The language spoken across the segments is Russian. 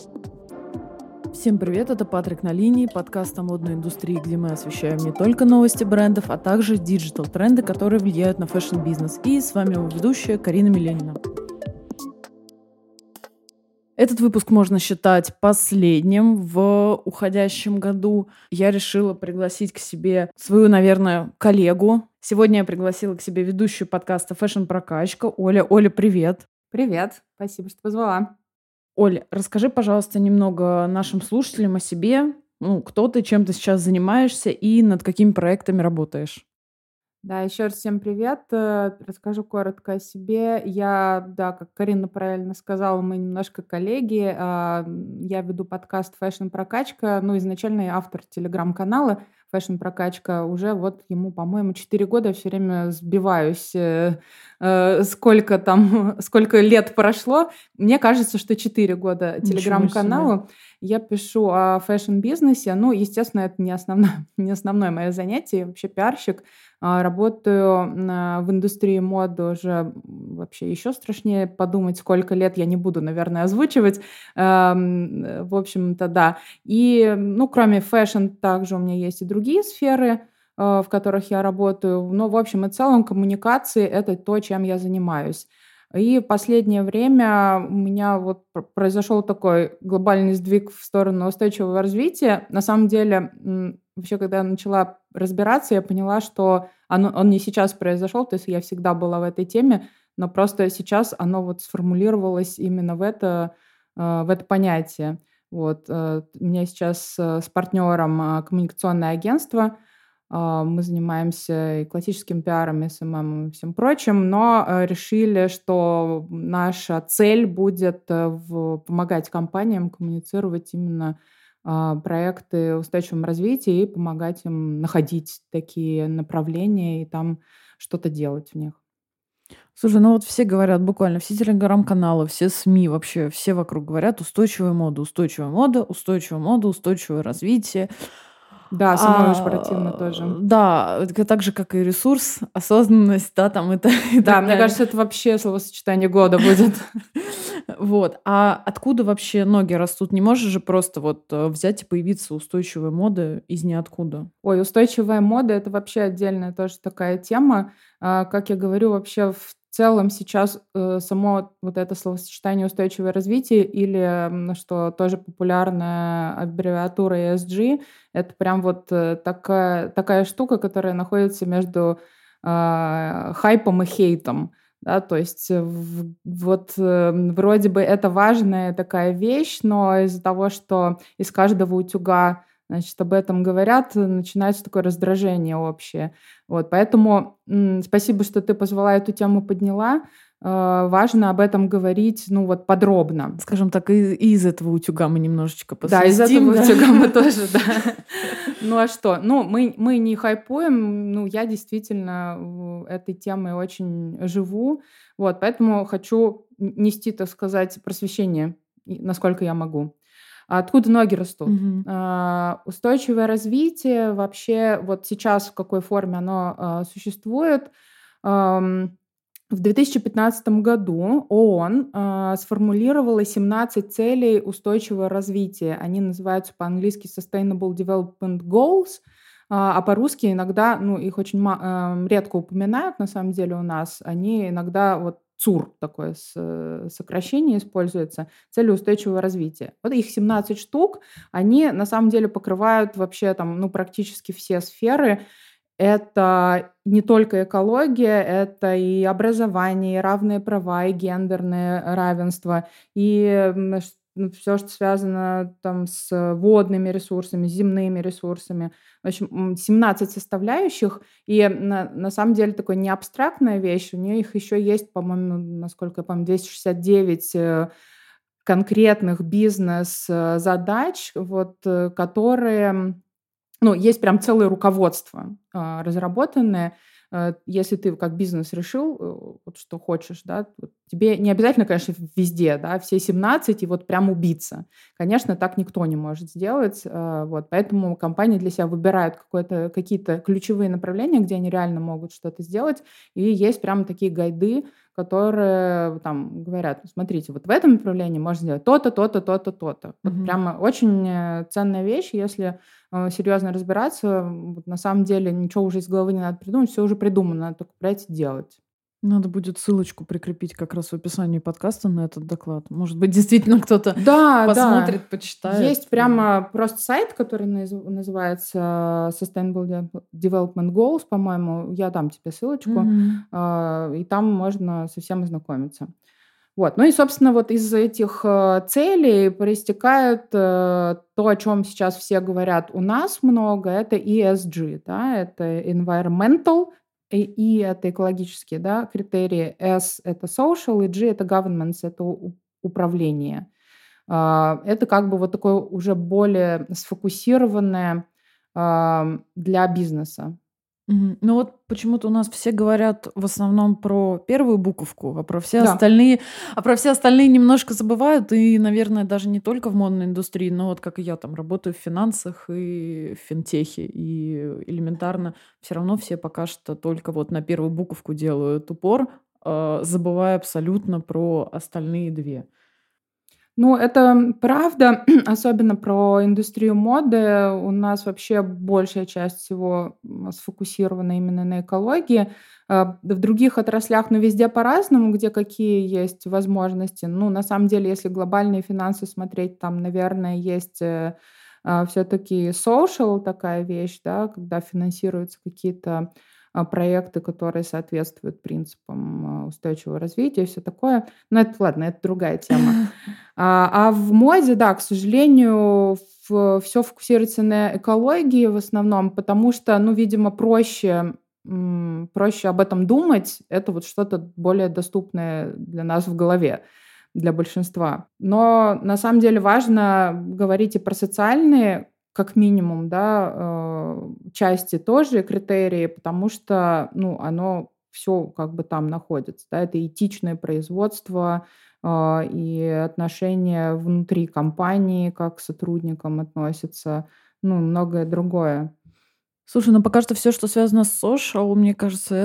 Всем привет, это Патрик на линии, подкаст о модной индустрии, где мы освещаем не только новости брендов, а также диджитал-тренды, которые влияют на фэшн-бизнес. И с вами его ведущая Карина Миленина. Этот выпуск можно считать последним в уходящем году. Я решила пригласить к себе свою, наверное, коллегу. Сегодня я пригласила к себе ведущую подкаста «Фэшн-прокачка» Оля. Оля, привет! Привет, спасибо, что позвала. Оля, расскажи, пожалуйста, немного нашим слушателям о себе. Кто ты, чем ты сейчас занимаешься и над какими проектами работаешь? Да, еще раз всем привет. Расскажу коротко о себе. Я, да, как Карина правильно сказала, мы немножко коллеги. Я веду подкаст «Фэшн-прокачка». Изначально я автор телеграм-канала «Фэшн-прокачка». Уже вот ему, по-моему, 4 года. Я все время сбиваюсь, сколько лет прошло. Мне кажется, что 4 года Ничего себе. телеграм-каналу. Я пишу о фэшн-бизнесе. Естественно, это не основное мое занятие. Я вообще пиарщик. Работаю в индустрии моды уже вообще еще страшнее подумать, сколько лет я не буду, наверное, озвучивать. В общем-то, да. И, кроме фэшн, также у меня есть и другие сферы, в которых я работаю. Но, в общем и целом, коммуникации — это то, чем я занимаюсь. И в последнее время у меня вот произошел такой глобальный сдвиг в сторону устойчивого развития. На самом деле, вообще, когда я начала разбираться, я поняла, что он не сейчас произошел, то есть я всегда была в этой теме, но просто сейчас оно вот сформулировалось именно в это понятие. У меня сейчас с партнером коммуникационное агентство. Мы занимаемся и классическим пиаром, и СММ, и всем прочим, но решили, что наша цель будет помогать компаниям коммуницировать именно проекты устойчивого развития и помогать им находить такие направления и там что-то делать в них. Слушай, вот все говорят, буквально все телеграм-каналы, все СМИ, вообще все вокруг говорят устойчивая мода, устойчивая мода, устойчивая мода, устойчивое развитие. Да, самой уж противно тоже. Да, это так же, как и ресурс, осознанность, да, там и Да, так мне далее. кажется, это вообще словосочетание года будет. А откуда вообще ноги растут? Не можешь же просто взять и появиться устойчивая мода из ниоткуда. Ой, устойчивая мода — это вообще отдельная тоже такая тема. Как я говорю, вообще в целом сейчас, само вот это словосочетание «устойчивое развитие» или, что тоже популярная аббревиатура ESG — это прям такая штука, которая находится между, хайпом и хейтом. Да, то есть, вроде бы это важная такая вещь, но из-за того, что из каждого утюга, значит, об этом говорят, начинается такое раздражение общее. Поэтому, спасибо, что ты позвала, эту тему подняла. Важно об этом говорить, подробно. Скажем так, и из этого утюга мы немножечко Да, из посвистим, этого да. утюга мы тоже, да. А что? Мы не хайпуем. Я действительно этой темой очень живу. Поэтому хочу нести, так сказать, просвещение, насколько я могу. Откуда ноги растут? Мгм. Устойчивое развитие вообще вот сейчас в какой форме оно существует? Ам, в 2015 году ООН сформулировала 17 целей устойчивого развития. Они называются по-английски Sustainable Development Goals, а по-русски иногда, их очень редко упоминают, на самом деле у нас. Они иногда ЦУР такое сокращение используется, цели устойчивого развития. Вот их 17 штук, они на самом деле покрывают вообще там, практически все сферы. Это не только экология, это и образование, и равные права, и гендерное равенство, и всё, что связано там с водными ресурсами, земными ресурсами. В общем, 17 составляющих. И на самом деле такой не абстрактная вещь. У них еще есть, по-моему, насколько я помню, 269 конкретных бизнес задач, которые есть прям целое руководство, разработанное. Если ты как бизнес решил, что хочешь, да, тебе не обязательно, конечно, везде, да, все 17 и прям убиться. Конечно, так никто не может сделать. Поэтому компании для себя выбирают какие-то ключевые направления, где они реально могут что-то сделать. И есть прям такие гайды, которые там говорят: смотрите, вот в этом направлении можно сделать то-то, то-то, то-то, то-то. Вот Мгм. прямо очень ценная вещь, если серьезно разбираться. Вот на самом деле ничего уже из головы не надо придумать, все уже придумано, надо только брать и делать. Надо будет ссылочку прикрепить как раз в описании подкаста на этот доклад. Может быть, действительно кто-то Да, да. посмотрит, почитает. Есть прямо просто сайт, который называется Sustainable Development Goals, по-моему. Я дам тебе ссылочку, Мгм. и там можно со всем ознакомиться. Вот. Ну и, собственно, вот из этих целей проистекает то, о чем сейчас все говорят у нас много, это ESG, да, это environmental, это экологические, да, критерии, S– это social, и G– это governance, это управление. Это как бы вот такое уже более сфокусированное, для бизнеса. Мгм. Ну вот почему-то у нас все говорят в основном про первую буковку, Да. а про все остальные немножко забывают. И, наверное, даже не только в модной индустрии, но вот как и я там работаю в финансах и в финтехе. И элементарно все равно все пока что только вот на первую буковку делают упор, забывая абсолютно про остальные две. Ну, это правда, особенно про индустрию моды. У нас вообще большая часть всего сфокусирована именно на экологии. В других отраслях, ну, везде по-разному, где какие есть возможности. Ну, на самом деле, если глобальные финансы смотреть, там, наверное, есть все-таки social такая вещь, да, когда финансируются какие-то проекты, которые соответствуют принципам устойчивого развития и все такое. Но это ладно, это другая тема. А в моде, да, к сожалению, все фокусируется на экологии в основном, потому что, ну, видимо, проще об этом думать. Это вот что-то более доступное для нас в голове, для большинства. Но на самом деле важно говорить и про социальные, как минимум, да, части тоже, критерии, потому что, ну, оно все как бы там находится, да. Это этичное производство, и отношения внутри компании, как к сотрудникам относятся, ну, и многое другое. Слушай, ну пока что все, что связано с social, мне кажется,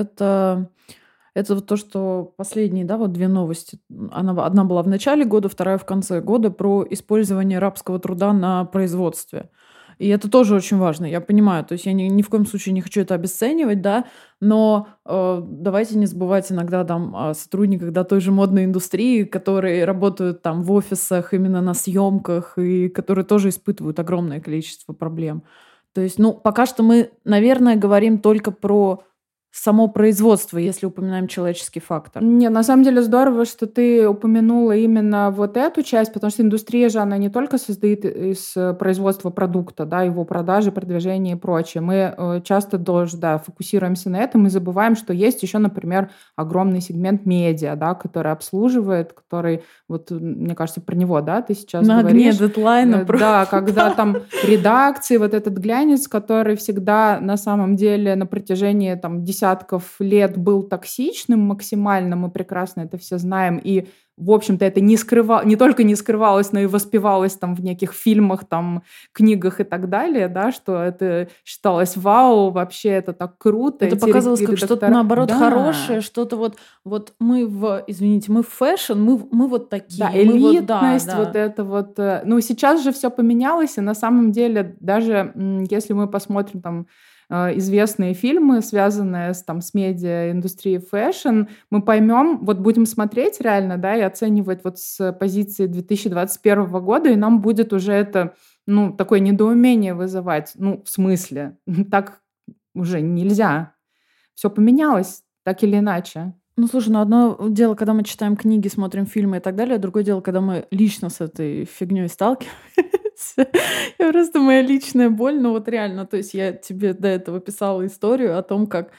это вот то, что последние, да, вот 2 новости. Одна была в начале года, вторая в конце года про использование рабского труда на производстве. И это тоже очень важно, я понимаю. То есть я ни в коем случае не хочу это обесценивать, да, но, давайте не забывать иногда там о сотрудниках, да, той же модной индустрии, которые работают там в офисах, именно на съемках, и которые тоже испытывают огромное количество проблем. То есть, ну, пока что мы, наверное, говорим только про само производство, если упоминаем человеческий фактор. Не, на самом деле здорово, что ты упомянула именно вот эту часть, потому что индустрия же, она не только состоит из производства продукта, да, его продажи, продвижения и прочее. Мы часто тоже, да, фокусируемся на этом и забываем, что есть еще, например, огромный сегмент медиа, да, который обслуживает, который, вот, мне кажется, про него, да, ты сейчас На огне говоришь. дедлайна Да, когда да. там редакции, вот этот глянец, который всегда на самом деле на протяжении там десятков лет был токсичным максимально, мы прекрасно это все знаем, и, в общем-то, это не только не скрывалось, но и воспевалось там в неких фильмах, там, книгах и так далее, да, что это считалось вау, вообще это так круто, Это эти показалось как что-то, редактора. наоборот, хорошее, Да, что-то вот мы извините, мы в фэшн, мы вот да, такие, мы вот да, элитность, вот да. это вот. Ну, сейчас же все поменялось, и на самом деле даже, если мы посмотрим там, известные фильмы, связанные с медиа-индустрией фэшн, мы поймем, вот будем смотреть реально, да, и оценивать вот с позиции 2021 года, и нам будет уже это, ну, такое недоумение вызывать. Ну, в смысле? Так уже нельзя. Все поменялось так или иначе. Ну, слушай, ну одно дело, когда мы читаем книги, смотрим фильмы и так далее, другое дело, когда мы лично с этой фигней сталкиваемся. Я просто моя личная боль, ну вот реально, то есть я тебе до этого писала историю о том, как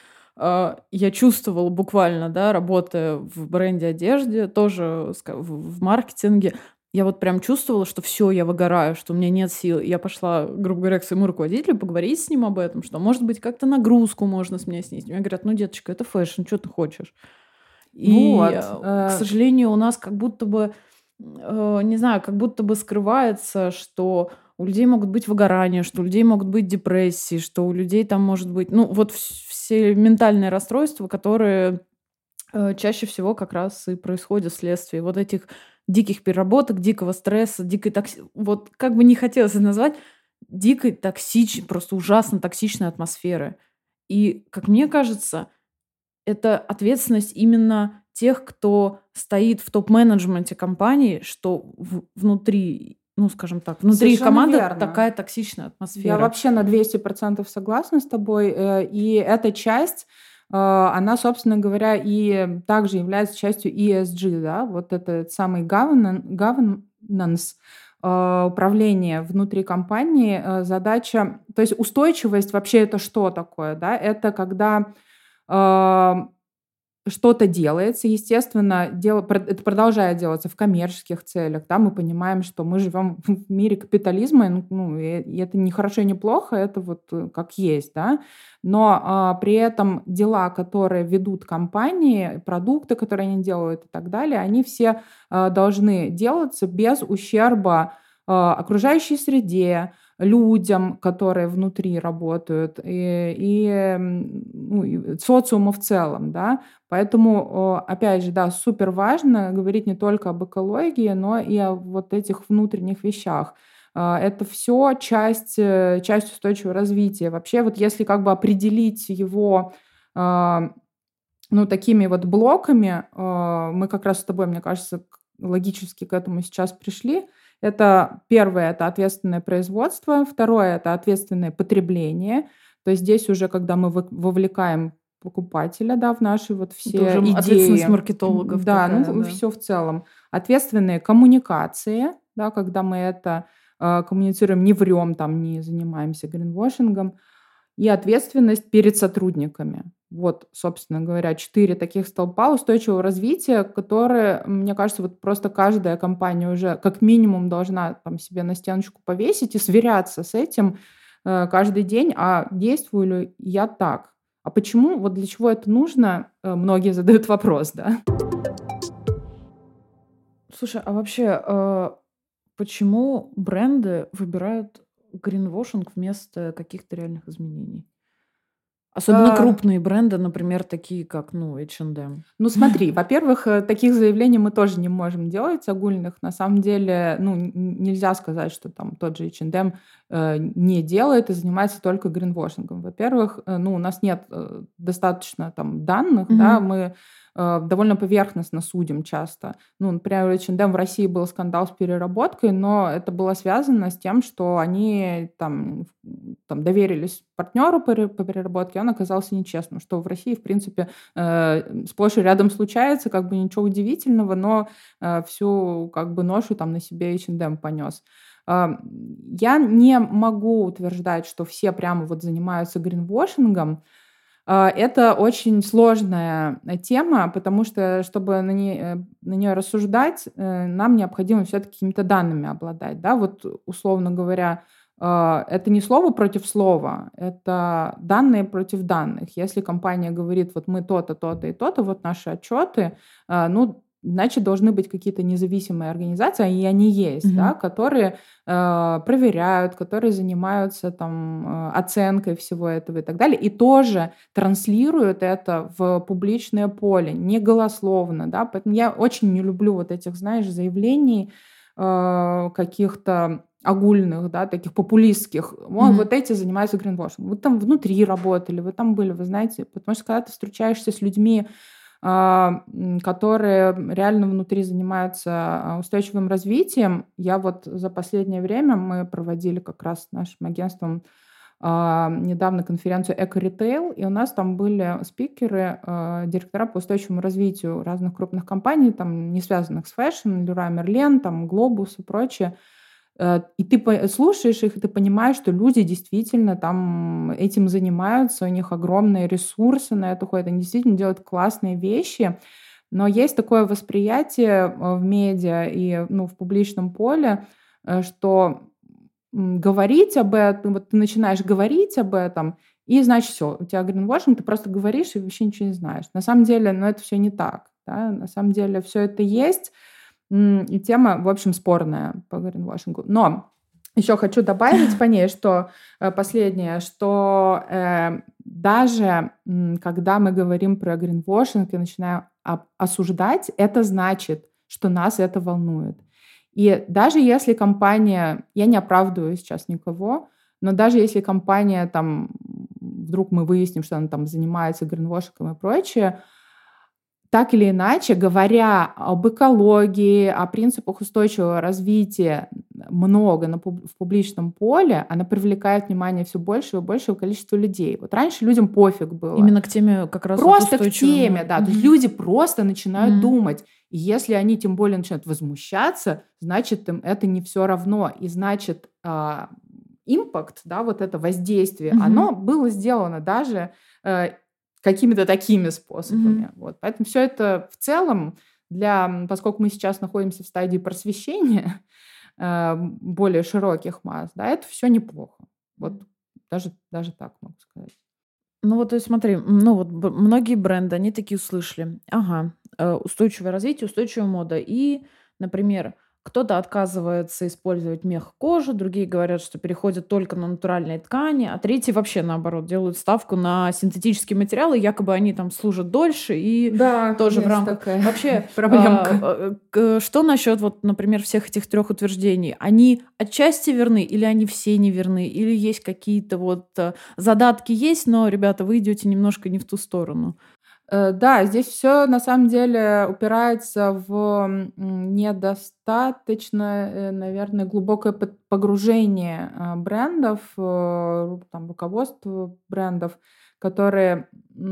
я чувствовала буквально, да, работая в бренде одежды, тоже в маркетинге, я вот прям чувствовала, что все, я выгораю, что у меня нет сил. И я пошла, грубо говоря, к своему руководителю поговорить с ним об этом, что, может быть, как-то нагрузку можно с меня снизить. Мне говорят: ну, деточка, это фэшн, что ты хочешь? И, Вот. к сожалению, у нас как будто бы, не знаю, как будто бы скрывается, что у людей могут быть выгорания, что у людей могут быть депрессии, что у людей там может быть, ну, вот все ментальные расстройства, которые чаще всего как раз и происходит вследствие вот этих диких переработок, дикого стресса, дикой вот как бы не хотелось это назвать, дикой просто ужасно токсичной атмосферы. И, как мне кажется, это ответственность именно тех, кто стоит в топ-менеджменте компании, что внутри, ну, скажем так, внутри их Совершенно команды верно. такая токсичная Я атмосфера. вообще на 200% согласна с тобой. И эта часть, она, собственно говоря, и также является частью ESG, да, вот этот самый governance, управление внутри компании, задача, то есть устойчивость вообще это что такое, да? Это когда а, что-то делается, естественно, это продолжает делаться в коммерческих целях, да, мы понимаем, что мы живем в мире капитализма, ну, и это не хорошо и не плохо, это вот как есть, да, но при этом дела, которые ведут компании, продукты, которые они делают и так далее, они все должны делаться без ущерба окружающей среде, людям, которые внутри работают, ну, и социуму в целом, да. Поэтому, опять же, да, супер важно говорить не только об экологии, но и о вот этих внутренних вещах. Это все часть устойчивого развития. Вообще, вот если как бы определить его, а, ну, такими вот блоками, мы как раз с тобой, мне кажется, логически к этому сейчас пришли. Это первое — это ответственное производство, второе — это ответственное потребление. То есть здесь уже, когда мы вовлекаем покупателя, да, в наши вот Это все уже ответственность идеи. маркетологов Да, такая, ну, да. все в целом. Ответственные коммуникации, да, когда мы это, коммуницируем, не врем там, не занимаемся гринвошингом. И ответственность перед сотрудниками. Вот, собственно говоря, 4 таких столпа устойчивого развития, которые, мне кажется, вот просто каждая компания уже как минимум должна там себе на стеночку повесить и сверяться с этим, каждый день. А действую ли я так? А почему? Вот для чего это нужно? Многие задают вопрос, да. Слушай, а вообще, почему бренды выбирают гринвошинг вместо каких-то реальных изменений? Особенно А крупные бренды, например, такие как, ну, H&M. Ну, смотри, во-первых, таких заявлений мы тоже не можем делать огульных. На самом деле, ну, нельзя сказать, что там тот же H&M не делает и занимается только гринвошингом. Во-первых, ну, у нас нет достаточно там данных, да, Мгм. мы довольно поверхностно судим часто. Ну, например, у H&M в России был скандал с переработкой, но это было связано с тем, что они там доверились партнеру по переработке, он оказался нечестным, что в России, в принципе, сплошь и рядом случается, как бы ничего удивительного, но всю как бы ношу там на себе H&M понес. Я не могу утверждать, что все прямо вот занимаются гринвошингом. Это очень сложная тема, потому что, чтобы на нее рассуждать, нам необходимо все-таки какими-то данными обладать. Да? Вот, условно говоря, это не слово против слова, это данные против данных. Если компания говорит, вот мы то-то, то-то и то-то, вот наши отчеты, ну, значит, должны быть какие-то независимые организации, и они есть, да, Мгм. которые проверяют, которые занимаются там оценкой всего этого и так далее, и тоже транслируют это в публичное поле, не голословно, да. Поэтому я очень не люблю вот этих, знаешь, заявлений каких-то огульных, да, таких популистских. Вот Мгм. эти занимаются гринвошингом. Вы там внутри работали, вы там были, вы знаете. Потому что когда ты встречаешься с людьми, которые реально внутри занимаются устойчивым развитием. Я вот за последнее время мы проводили как раз с нашим агентством недавно конференцию «Эко-ритейл», и у нас там были спикеры, директора по устойчивому развитию разных крупных компаний, там, не связанных с фэшн, Leroy Merlin, там, Globus и прочее. И ты слушаешь их, и ты понимаешь, что люди действительно там этим занимаются, у них огромные ресурсы на это уходят, они действительно делают классные вещи. Но есть такое восприятие в медиа и ну, в публичном поле, что говорить об этом, вот ты начинаешь говорить об этом, и значит все, у тебя гринвошинг, ты просто говоришь и вообще ничего не знаешь. На самом деле, ну, это все не так. Да? На самом деле все это есть, и тема, в общем, спорная по гринвошингу. Но Еще хочу добавить по ней, что последнее, что даже когда мы говорим про гринвошинг и начинаем осуждать, это значит, что нас это волнует. И даже если компания, я не оправдываю сейчас никого, но даже если компания там, вдруг мы выясним, что она там занимается гринвошингом и прочее, так или иначе, говоря об экологии, о принципах устойчивого развития много в публичном поле, она привлекает внимание все большего и большего количества людей. Вот раньше людям пофиг было. Именно к теме как раз вот Просто к устойчивой теме, моды. да. То есть люди просто начинают Мгм. думать. И если они тем более начинают возмущаться, значит, им это не все равно. И значит, импакт, да, вот это воздействие, Мгм. оно было сделано даже какими-то такими способами. Вот. Поэтому все это в целом поскольку мы сейчас находимся в стадии просвещения более широких масс, да, это все неплохо. Вот даже так могу сказать. Ну вот, то есть смотри, ну вот многие бренды, они такие услышали. Ага, устойчивое развитие, устойчивая мода. И, например, кто-то отказывается использовать мех кожи, другие говорят, что переходят только на натуральные ткани, а третьи вообще наоборот делают ставку на синтетические материалы, якобы они там служат дольше и Да, тоже в есть рамках. такая Вообще, проблемка. что насчет вот, например, всех этих трех утверждений? Они отчасти верны или они все неверны? Или есть какие-то вот задатки есть, но, ребята, вы идете немножко не в ту сторону? Да, здесь все на самом деле упирается в недостаточно, наверное, глубокое погружение брендов, там, руководства брендов, которые,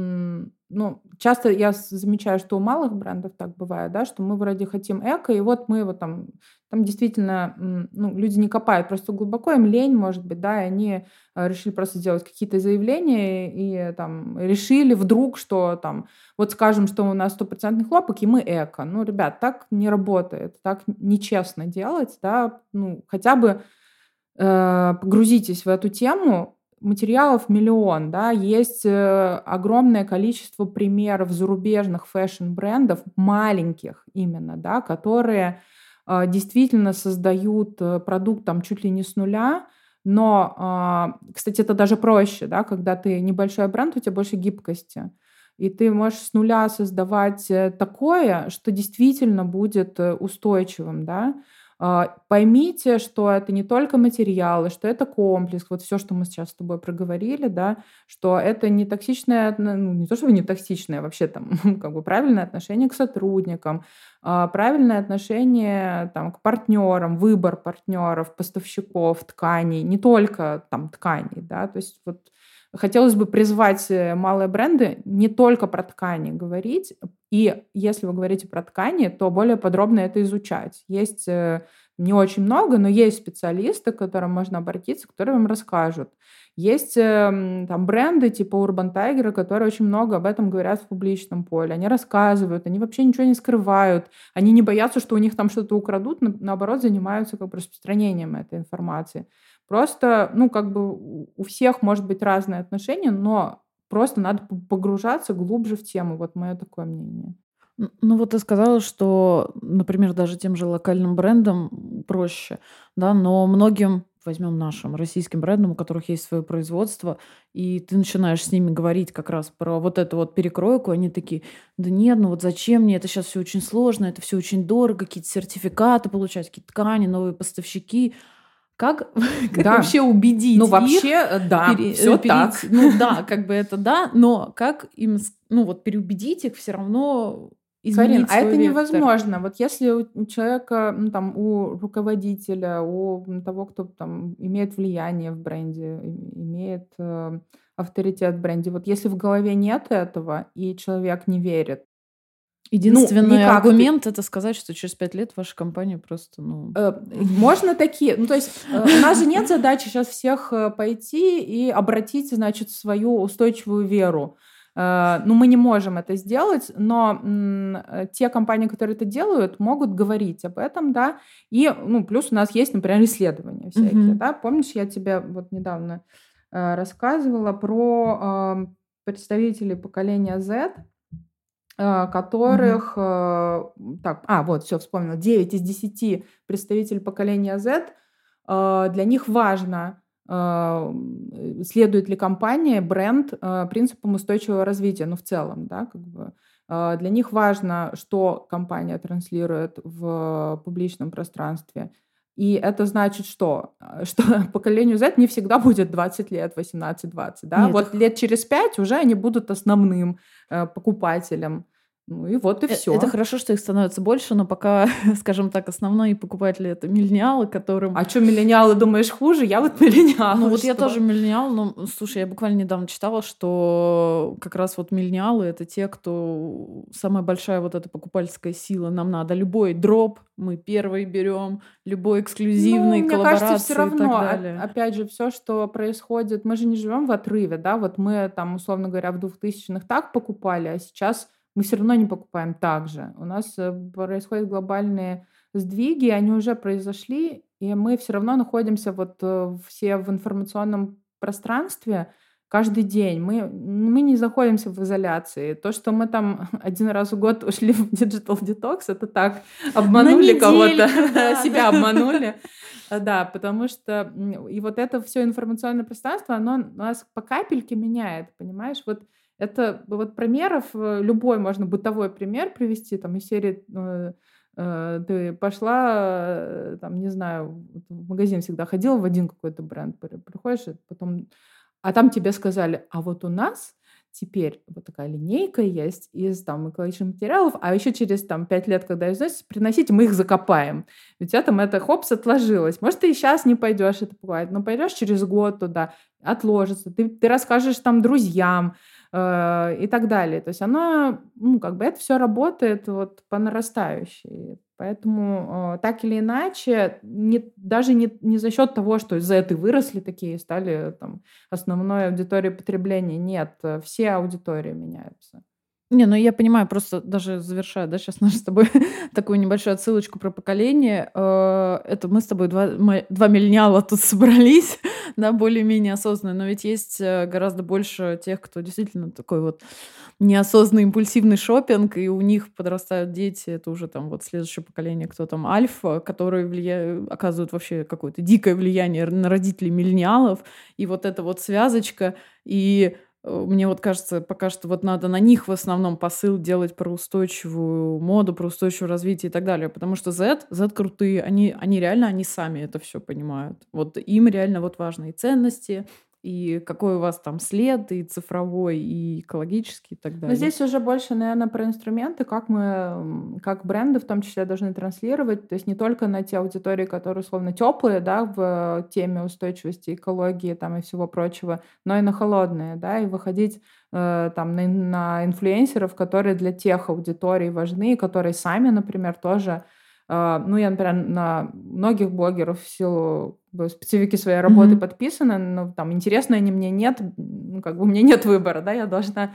ну, часто я замечаю, что у малых брендов так бывает, да, что мы вроде хотим эко, и вот мы его там действительно, ну, люди не копают просто глубоко, им лень, может быть, да, и они решили просто сделать какие-то заявления и там решили вдруг, что там вот скажем, что у нас стопроцентный хлопок, и мы эко. Ну, ребят, так не работает, так нечестно делать, да. Ну, хотя бы погрузитесь в эту тему. Материалов миллион, да. Есть огромное количество примеров зарубежных фэшн-брендов, маленьких именно, да, которые действительно создают продукт там чуть ли не с нуля, но, кстати, это даже проще, да, когда ты небольшой бренд, у тебя больше гибкости. И ты можешь с нуля создавать такое, что действительно будет устойчивым, да. Поймите, что это не только материалы, что это комплекс. Вот все, что мы сейчас с тобой проговорили, да, что это не токсичное, ну, не то чтобы не токсичное, а вообще там как бы правильное отношение к сотрудникам, правильное отношение там к партнерам, выбор партнеров, поставщиков, тканей, не только там тканей, да. То есть вот хотелось бы призвать малые бренды не только про ткани говорить. И если вы говорите про ткани, то более подробно это изучать. Есть не очень много, но есть специалисты, к которым можно обратиться, которые вам расскажут. Есть там бренды типа Urban Tiger, которые очень много об этом говорят в публичном поле. Они рассказывают, они вообще ничего не скрывают. Они не боятся, что у них там что-то украдут, наоборот, занимаются как бы распространением этой информации. Просто, ну, как бы у всех может быть разное отношение, но просто надо погружаться глубже в тему. Вот мое такое мнение. Ну вот ты сказала, что, например, даже тем же локальным брендам проще, да, но многим, возьмем нашим российским брендам, у которых есть свое производство, и ты начинаешь с ними говорить как раз про вот эту вот перекройку, они такие: да нет, ну вот зачем мне, это сейчас все очень сложно, это все очень дорого, какие-то сертификаты получать, какие-то ткани, новые поставщики. Как, как Да, вообще ну убедить вообще, их да, все так. перейти? Ну да, как бы это да, но как им, ну вот переубедить их все равно Карин, изменить а свой это вектор? невозможно. Вот если у человека, ну, там, у руководителя, у того, кто там имеет влияние в бренде, имеет авторитет в бренде, вот если в голове нет этого, и человек не верит, ну, Единственный никак ты аргумент — это сказать, что через 5 лет ваша компания просто, ну. можно такие, ну, то есть, у нас же нет задачи сейчас всех, пойти и обратить, значит, свою устойчивую веру. Ну, мы не можем это сделать, но, те компании, которые это делают, могут говорить об этом, да. И, ну, плюс у нас есть, например, исследования всякие, Мгм. да. Помнишь, я тебе вот недавно, рассказывала про, представителей поколения Z, Мгм. которых, так, вот, все вспомнила. 9 из 10 представителей поколения Z, для них важно, следует ли компания, бренд принципам устойчивого развития, ну, в целом, да, как бы. Для них важно, что компания транслирует в публичном пространстве. И это значит что? Что поколению Z не всегда будет 20 лет, 18-20, да? Нет, Вот лет через 5 уже они будут основным покупателем. Ну и вот и это все. хорошо, что их становится больше, но пока, скажем так, основные покупатели — это миллениалы, которым... А что, миллениалы, думаешь, хуже? Я вот миллениал. Ну вот я что? тоже миллениал, но, слушай, я буквально недавно читала, что как раз вот миллениалы — это те, кто самая большая вот эта покупательская сила. Нам надо любой дроп, мы первый берем, любой Ну, эксклюзивный, мне кажется, все коллаборации и так равно, далее. опять же, все, что происходит, мы же не живем в отрыве, да, вот мы там, условно говоря, в 2000-х так покупали, а сейчас мы все равно не покупаем так же. У нас происходят глобальные сдвиги, они уже произошли, и мы все равно находимся вот все в информационном пространстве каждый день. Мы не находимся в изоляции. То, что мы там один раз в год ушли в digital detox, это так, обманули кого-то, недельку, да, себя обманули. Да, потому что и вот это все информационное пространство, оно нас по капельке меняет, понимаешь? Вот это вот примеров любой можно бытовой пример привести, там из серии ты пошла, там, не знаю, вот в магазин всегда ходила в один какой-то бренд, приходишь, и потом, а там тебе сказали, а вот у нас теперь вот такая линейка есть из там экологичных материалов, а еще через там 5 лет, когда износится, приносите, мы их закопаем. У тебя там это хопс отложилось. Может, ты и сейчас не пойдешь это покупать, но пойдешь через год туда, отложится. Ты расскажешь там друзьям, и так далее. То есть оно, ну, как бы это все работает вот по нарастающей. Поэтому, так или иначе, даже не за счет того, что зеты выросли такие и стали там основной аудиторией потребления. Нет, все аудитории меняются. Не, ну я понимаю, просто даже завершая, да, сейчас нашу с тобой такую небольшую отсылочку про поколение. Это мы с тобой два миллениала тут собрались, да, более-менее осознанные, но ведь есть гораздо больше тех, кто действительно такой вот неосознанный импульсивный шопинг, и у них подрастают дети, это уже там вот следующее поколение, кто там альфа, которые оказывают вообще какое-то дикое влияние на родителей миллениалов, и вот эта вот связочка, и мне вот кажется, пока что вот надо на них в основном посыл делать про устойчивую моду, про устойчивое развитие и так далее. Потому что Z крутые, они реально, они сами это все понимают. Вот им реально вот важны и ценности, и какой у вас там след, и цифровой, и экологический, и так Но далее. здесь уже больше, наверное, про инструменты, как как бренды в том числе должны транслировать, то есть не только на те аудитории, которые условно теплые, да, в теме устойчивости, экологии там и всего прочего, но и на холодные, да, и выходить там на инфлюенсеров, которые для тех аудиторий важны, которые сами, например, тоже ну, я, например, на многих блогеров в силу специфики своей работы подписана, но там интересно они мне нет, ну, как бы у меня нет выбора, да, я должна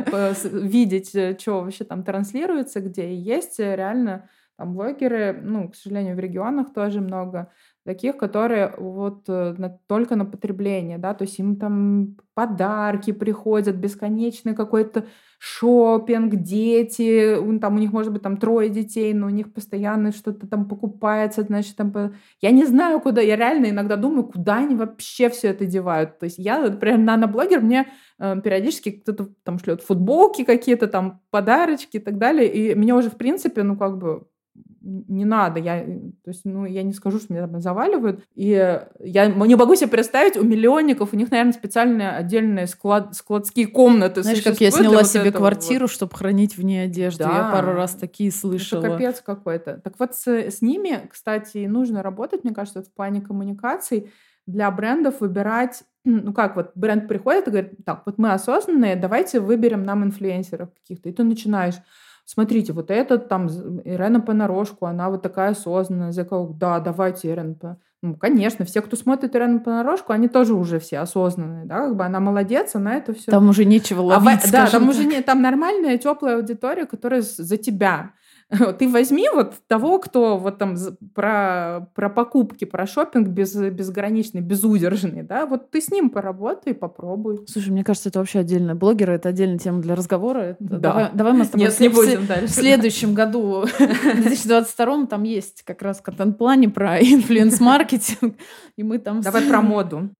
видеть, что вообще там транслируется, где и есть реально там блогеры, ну, к сожалению, в регионах тоже много таких, которые вот только на потребление, да, то есть им там подарки приходят, бесконечный какой-то шопинг, дети, там у них может быть там 3 детей, но у них постоянно что-то там покупается, значит, там... Я не знаю, куда, я реально иногда думаю, куда они вообще все это девают. То есть я, например, наноблогер, мне периодически кто-то там шлет футболки какие-то, там подарочки и так далее, и меня уже, в принципе, ну, как бы не надо, то есть, ну, я не скажу, что меня там заваливают. И я не могу себе представить, у миллионников, у них, наверное, специальные отдельные складские комнаты. Знаешь, как я сняла себе квартиру, чтобы хранить в ней одежду. Да. Я пару раз такие слышала. Это капец какой-то. Так вот, с ними, кстати, нужно работать, мне кажется, в плане коммуникаций. Для брендов выбирать, ну как, вот бренд приходит и говорит, так, вот мы осознанные, давайте выберем нам инфлюенсеров каких-то. И ты начинаешь: смотрите, вот этот там Ирена Понарошку, она вот такая осознанная, да, давайте Ирена. Ну, конечно, все, кто смотрит Ирену Понарошку, они тоже уже все осознанные, да, как бы она молодец, она это все. Там уже нечего ловить, да, там так. уже там нормальная, теплая аудитория, которая за тебя. Ты возьми вот того, кто вот там про покупки, про шопинг безграничный, безудержный, да, вот ты с ним поработай, попробуй. Слушай, мне кажется, это вообще отдельные блогеры, это отдельная тема для разговора. Да. Давай мы с тобой Нет, не будем в дальше. следующем году, в 2022 там есть как раз контент-плане про инфлюенс-маркетинг, и мы там... Давай про моду.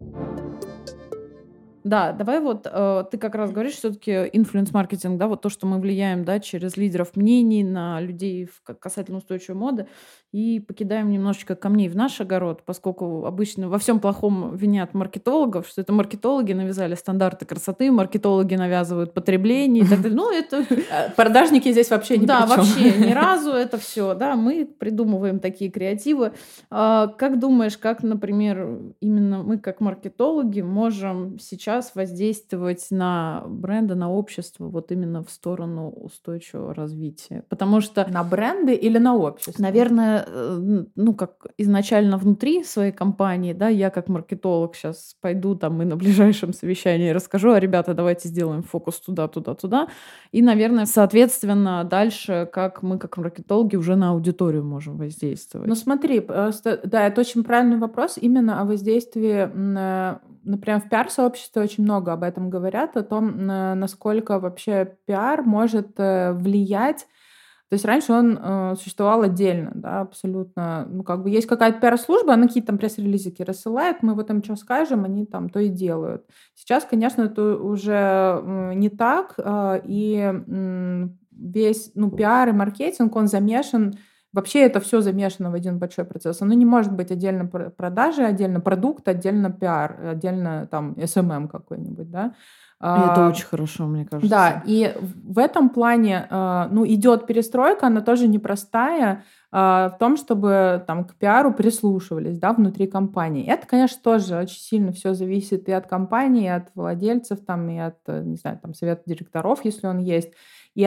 Да, давай вот ты как раз говоришь все-таки инфлюенс-маркетинг, да, вот то, что мы влияем, да, через лидеров мнений на людей касательно устойчивой моды, и покидаем немножечко камней в наш огород, поскольку обычно во всем плохом винят маркетологов, что это маркетологи навязали стандарты красоты, маркетологи навязывают потребление и так далее. Ну, это... Продажники здесь вообще ни при чем. Да, вообще ни разу это все, да, мы придумываем такие креативы. Как думаешь, как, например, именно мы как маркетологи можем сейчас воздействовать на бренды, на общество вот именно в сторону устойчивого развития? Потому что... На бренды или на общество? Наверное, ну, как изначально внутри своей компании, да, я как маркетолог сейчас пойду там и на ближайшем совещании расскажу, ребята, давайте сделаем фокус туда, туда, туда. И, наверное, соответственно, дальше, как мы как маркетологи уже на аудиторию можем воздействовать. Ну, смотри, да, это очень правильный вопрос именно о воздействии. Например, в пиар-сообществе очень много об этом говорят, о том, насколько вообще пиар может влиять. То есть раньше он существовал отдельно, да, абсолютно. Ну, как бы есть какая-то пиар-служба, она какие-то там пресс-релизики рассылает, мы вот им что скажем, они там то и делают. Сейчас, конечно, это уже не так, и весь, ну, пиар и маркетинг, он замешан. Вообще это все замешано в один большой процесс. Оно не может быть отдельно продажи, отдельно продукт, отдельно пиар, отдельно там SMM какой-нибудь, да. И это очень хорошо, мне кажется. Да, и в этом плане, ну, идет перестройка, она тоже непростая, в том, чтобы там к пиару прислушивались, да, внутри компании. Это, конечно, тоже очень сильно все зависит и от компании, и от владельцев, там, и от, не знаю, там, совета директоров, если он есть, и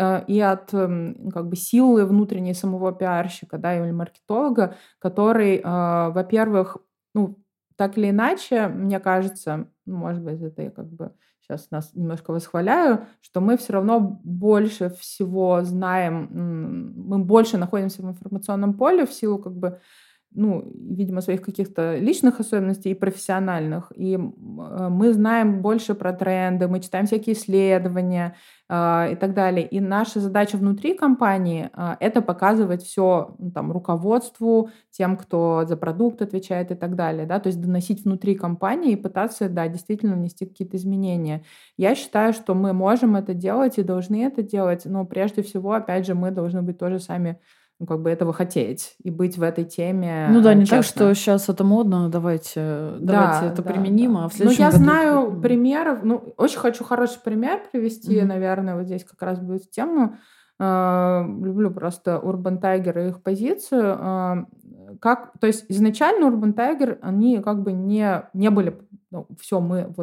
от как бы силы внутренней самого пиарщика, да, или маркетолога, который, во-первых, ну, так или иначе, мне кажется, может быть, это я как бы сейчас нас немножко восхваляю, что мы все равно больше всего знаем, мы больше находимся в информационном поле в силу как бы, ну, видимо, своих каких-то личных особенностей и профессиональных. И мы знаем больше про тренды, мы читаем всякие исследования и так далее. И наша задача внутри компании это показывать все там руководству, тем, кто за продукт отвечает и так далее. Да? То есть доносить внутри компании и пытаться, да, действительно внести какие-то изменения. Я считаю, что мы можем это делать и должны это делать, но прежде всего, опять же, мы должны быть тоже сами, ну, как бы этого хотеть и быть в этой теме. Ну да, не честно. так, что сейчас это модно, давайте это применим, а в следующем я году... знаю примеров, ну, очень хочу хороший пример привести, наверное, вот здесь как раз будет в тему. Люблю просто Urban Tiger и их позицию. То есть изначально Urban Tiger, они как бы не были, ну, все,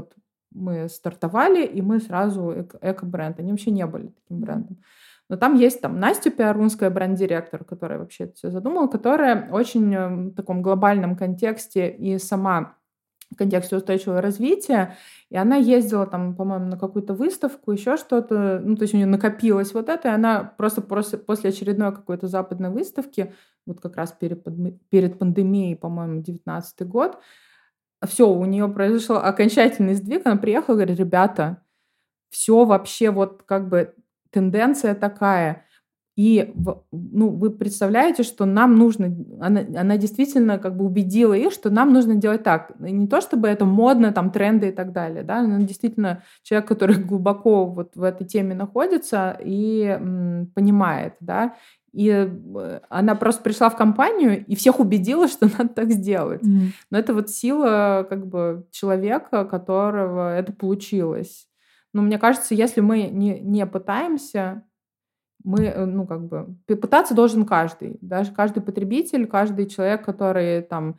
мы стартовали, и мы сразу эко-бренд. Они вообще не были таким брендом. Но там есть там Настя Пиарунская, бренд-директор, которая вообще это все задумала, которая очень в таком глобальном контексте и сама в контексте устойчивого развития. И она ездила там, по-моему, на какую-то выставку, еще что-то. Ну, то есть у нее накопилось вот это, и она просто после очередной какой-то западной выставки, вот как раз перед пандемией, по-моему, 19-й год, все, у нее произошел окончательный сдвиг. Она приехала и говорит: ребята, все вообще вот как бы тенденция такая. И ну, вы представляете, что нам нужно... Она действительно как бы убедила их, что нам нужно делать так. Не то чтобы это модно, там, тренды и так далее. Да? Она действительно человек, который глубоко вот в этой теме находится и понимает. Да? И она просто пришла в компанию и всех убедила, что надо так сделать. Но это вот сила как бы человека, которого это получилось. Но мне кажется, если мы не пытаемся, мы, ну, как бы, пытаться должен каждый. Даже каждый потребитель, каждый человек, который там,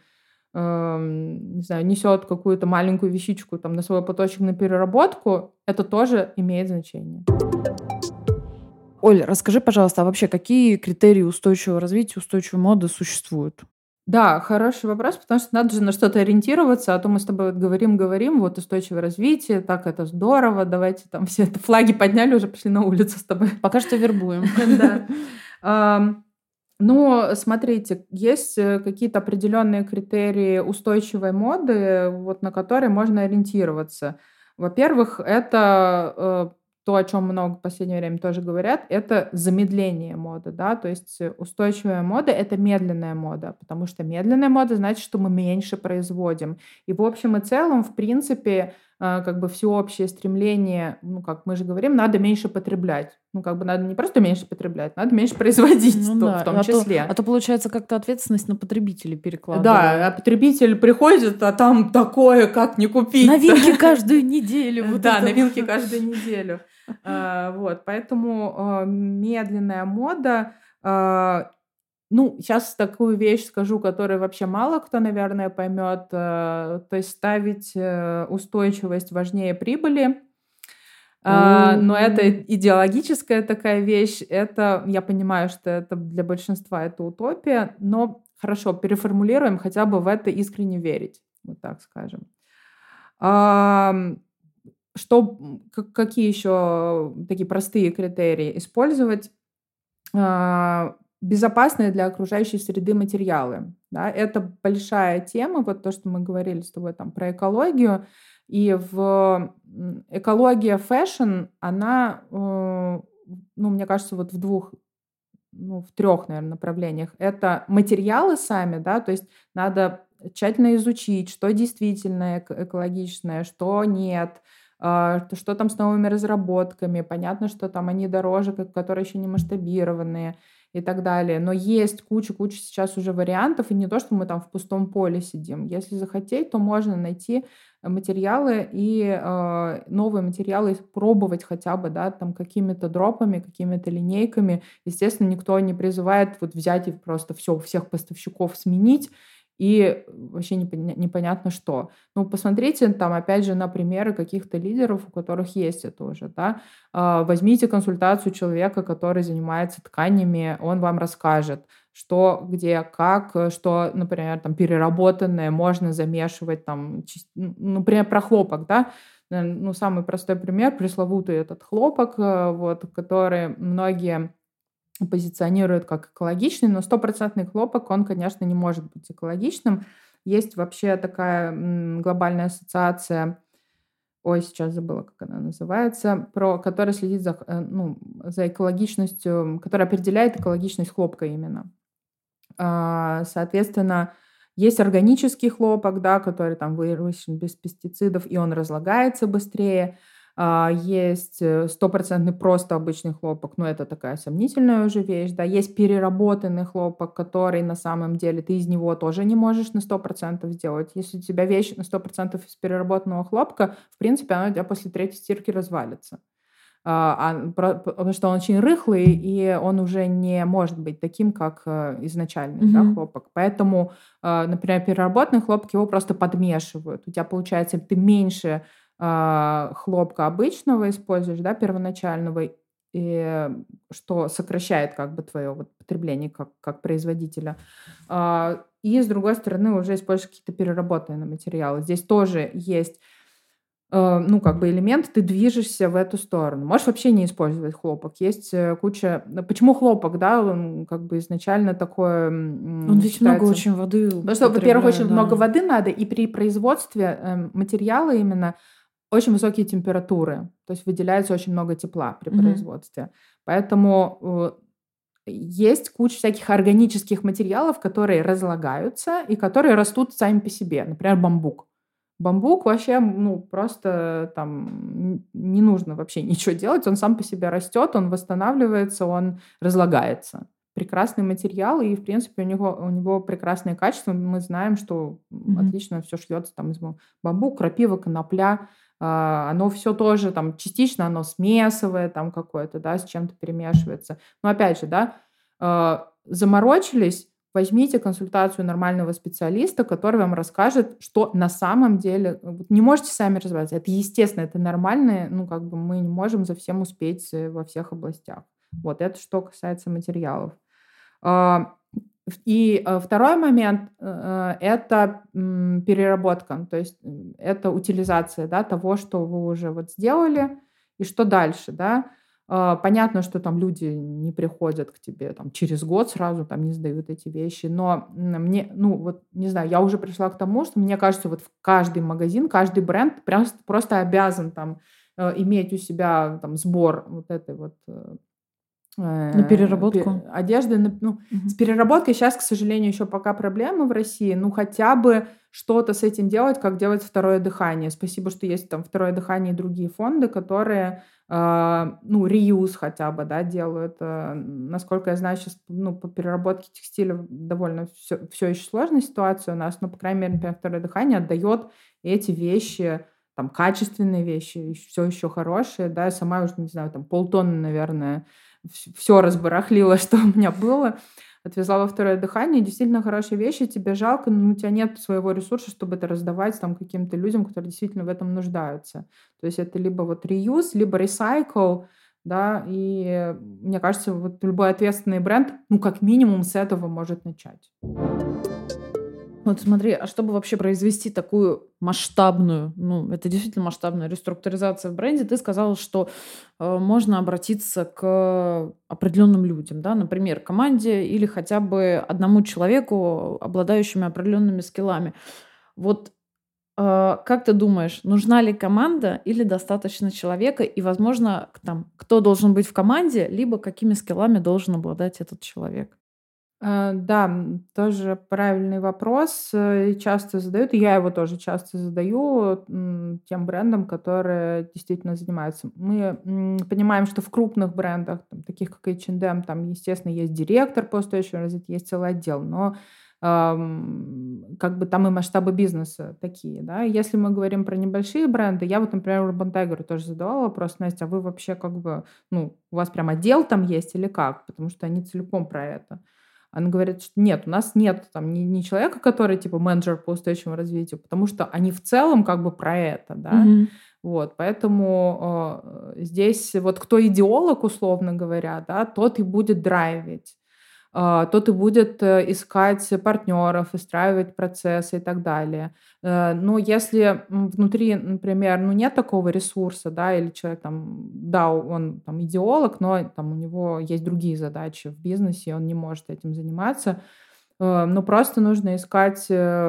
не знаю, несет какую-то маленькую вещичку там на свой платочек на переработку, это тоже имеет значение. Оль, расскажи, пожалуйста, а вообще какие критерии устойчивого развития, устойчивой моды существуют? Да, хороший вопрос, потому что надо же на что-то ориентироваться, а то мы с тобой вот говорим, вот устойчивое развитие, так это здорово, давайте там все это флаги подняли, уже пошли на улицу с тобой. Пока что вербуем. Да. Ну, смотрите, есть какие-то определенные критерии устойчивой моды, вот на которые можно ориентироваться. Во-первых, это то, о чем много в последнее время тоже говорят, это замедление моды, да, то есть устойчивая мода — это медленная мода, потому что медленная мода значит, что мы меньше производим. И в общем и целом, в принципе, как бы всеобщее стремление, ну, как мы же говорим, надо меньше потреблять. Ну, как бы надо не просто меньше потреблять, надо меньше производить Ну в да, том числе. получается, как-то ответственность на потребителей Да, а перекладывают. потребитель приходит, а там такое, как не купить. Новинки каждую неделю. Вот Да, это. новинки каждую неделю. Вот, поэтому медленная мода. Ну, сейчас такую вещь скажу, которую вообще мало кто, наверное, поймет. То есть ставить устойчивость важнее прибыли. Но это О. идеологическая такая вещь. Это, я понимаю, что это для большинства это утопия, но хорошо, переформулируем, хотя бы в это искренне верить, вот так скажем. Ам, какие еще такие простые критерии использовать? Безопасные для окружающей среды материалы. Да, это большая тема, вот то, что мы говорили с тобой там про экологию. И экология фэшн, она, ну, мне кажется, вот в двух, ну, в трех, наверное, направлениях. Это материалы сами, да, то есть надо тщательно изучить, что действительно экологичное, что нет, что там с новыми разработками. Понятно, что там они дороже, которые еще не масштабированные и так далее. Но есть куча сейчас уже вариантов, и не то, что мы там в пустом поле сидим. Если захотеть, то можно найти материалы и новые материалы пробовать хотя бы, да, там какими-то дропами, какими-то линейками. Естественно, никто не призывает вот взять и просто все, всех поставщиков сменить, и вообще непонятно что. Ну, посмотрите там, опять же, на примеры каких-то лидеров, у которых есть это уже, да. Возьмите консультацию человека, который занимается тканями, он вам расскажет, что, где, как, что, например, там переработанное можно замешивать там, например, про хлопок, да. Ну, самый простой пример, пресловутый этот хлопок, вот, который многие позиционируют как экологичный, но стопроцентный хлопок, он, конечно, не может быть экологичным. Есть вообще такая глобальная ассоциация, ой, сейчас забыла, как она называется, которая следит ну, за экологичностью, которая определяет экологичность хлопка именно. Соответственно, есть органический хлопок, да, который там выращен без пестицидов, и он разлагается быстрее. Есть стопроцентный просто обычный хлопок, но это такая сомнительная уже вещь, да. Есть переработанный хлопок, который на самом деле ты из него тоже не можешь на 100% сделать. Если у тебя вещь на 100% из переработанного хлопка, в принципе, она у тебя после третьей стирки развалится. Потому что он очень рыхлый, и он уже не может быть таким, как изначальный, да, Мгм. хлопок. Поэтому, например, переработанный хлопок, его просто подмешивают. У тебя, получается, ты меньше хлопка обычного используешь, да, первоначального, и, что сокращает как бы твое вот потребление как производителя. И, с другой стороны, уже используешь какие-то переработанные материалы. Здесь тоже есть ну, как бы элемент, ты движешься в эту сторону. Можешь вообще не использовать хлопок. Есть куча. Почему хлопок, да, он как бы изначально такое Он ведь много считается. очень воды Потому что, во-первых, очень потребляет, много да. воды надо, и при производстве материала именно очень высокие температуры. То есть выделяется очень много тепла при Мгм. производстве. Поэтому есть куча всяких органических материалов, которые разлагаются и которые растут сами по себе. Например, бамбук. Бамбук вообще, ну, просто там не нужно вообще ничего делать. Он сам по себе растет, он восстанавливается, он разлагается. Прекрасный материал, и, в принципе, у него прекрасные качества. Мы знаем, что Мгм. отлично все шьется там из бамбук, крапива, конопля. Оно все тоже там частично оно смесовое там какое-то, да, с чем-то перемешивается. Но опять же, да, заморочились, возьмите консультацию нормального специалиста, который вам расскажет, что на самом деле вот не можете сами разобраться. Это естественно, это нормально. Ну, как бы мы не можем за всем успеть во всех областях. Вот это что касается материалов. А, второй момент это переработка, то есть это утилизация, да, того, что вы уже вот сделали, и что дальше, да. Понятно, что там люди не приходят к тебе там через год сразу, там не сдают эти вещи, но мне, ну вот, не знаю, я уже пришла к тому, что мне кажется, вот в каждый магазин, каждый бренд просто обязан там иметь у себя там сбор вот этой вот На переработку? одежды. Ну, с Мгм. переработкой сейчас, к сожалению, еще пока проблемы в России. Ну, хотя бы что-то с этим делать, как делать второе дыхание. Спасибо, что есть там второе дыхание и другие фонды, которые, ну, реюз хотя бы, да, делают. Насколько я знаю, сейчас, ну, по переработке текстиля довольно все еще сложная ситуация у нас, но, по крайней мере, например, второе дыхание отдает эти вещи, там, качественные вещи, все еще хорошие, да, я сама уже, не знаю, там, полтонны, наверное, все разбарахлила, что у меня было, отвезла во второе дыхание. Действительно хорошие вещи, тебе жалко, но у тебя нет своего ресурса, чтобы это раздавать там каким-то людям, которые действительно в этом нуждаются. То есть это либо вот реюз, либо ресайкл, да, и мне кажется, вот любой ответственный бренд, ну, как минимум с этого может начать. Вот смотри, а чтобы вообще произвести такую масштабную, ну, это действительно масштабная реструктуризация в бренде, ты сказала, что можно обратиться к определенным людям, да, например, команде или хотя бы одному человеку, обладающими определенными скиллами. Вот как ты думаешь, нужна ли команда или достаточно человека? И, возможно, там, кто должен быть в команде, либо какими скиллами должен обладать этот человек? Да, тоже правильный вопрос. И часто задают, и я его тоже часто задаю, тем брендам, которые действительно занимаются. Мы, понимаем, что в крупных брендах, там, таких как H&M, там, естественно, есть директор по устойчивому развитию, есть целый отдел, но, как бы там и масштабы бизнеса такие, да. Если мы говорим про небольшие бренды, я вот, например, Urban Tiger тоже задавала вопрос: "Настя, а вы вообще как бы, ну, у вас прям отдел там есть или как?" Потому что они целиком про это. Она говорит, что нет, у нас нет там ни человека, который типа менеджер по устойчивому развитию, потому что они в целом как бы про это, да. Мгм. Вот, поэтому, здесь вот кто идеолог, условно говоря, да, тот и будет драйвить. Тот и будет, искать партнеров, выстраивать процессы и так далее. Но если, внутри, например, ну, нет такого ресурса, да, или человек там, да, он там идеолог, но там у него есть другие задачи в бизнесе, и он не может этим заниматься, ну, просто нужно искать,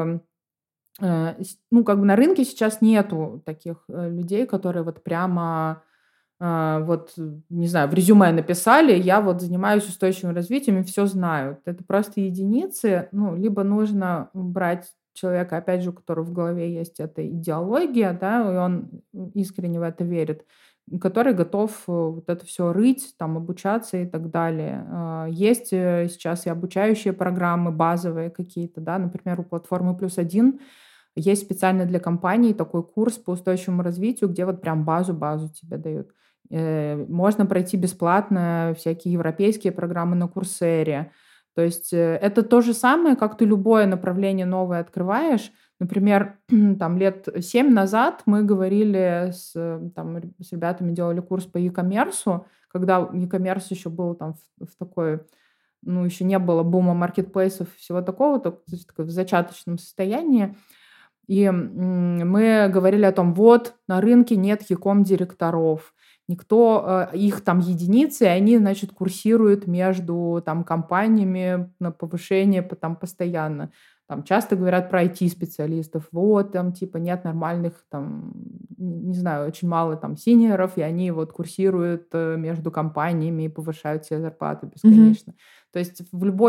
ну, как бы на рынке сейчас нету таких, людей, которые вот прямо вот, не знаю, в резюме написали: "Я вот занимаюсь устойчивым развитием и все знаю". Это просто единицы. Ну, либо нужно брать человека, опять же, у которого в голове есть эта идеология, да, и он искренне в это верит, который готов, вот это все рыть, там, обучаться и так далее. Есть, сейчас и обучающие программы базовые какие-то, да. Например, у платформы "Плюс 1" есть специально для компаний такой курс по устойчивому развитию, где вот прям базу тебе дают. Можно пройти бесплатно всякие европейские программы на "Курсере". То есть, это то же самое, как ты любое направление новое открываешь. Например, там лет 7 назад мы говорили с ребятами, делали курс по e-коммерсу, когда e-commerce еще был там в такой, ну, еще не было бума маркетплейсов и всего такого, то есть такой в зачаточном состоянии. И, мы говорили о том: вот на рынке нет директоров, никто, их там единицы, и они, значит, курсируют между там компаниями на повышение там постоянно. Там часто говорят про IT-специалистов: вот там типа нет нормальных там, не знаю, очень мало там синьоров, и они вот курсируют, между компаниями и повышают себе зарплаты Мгм. бесконечно. То есть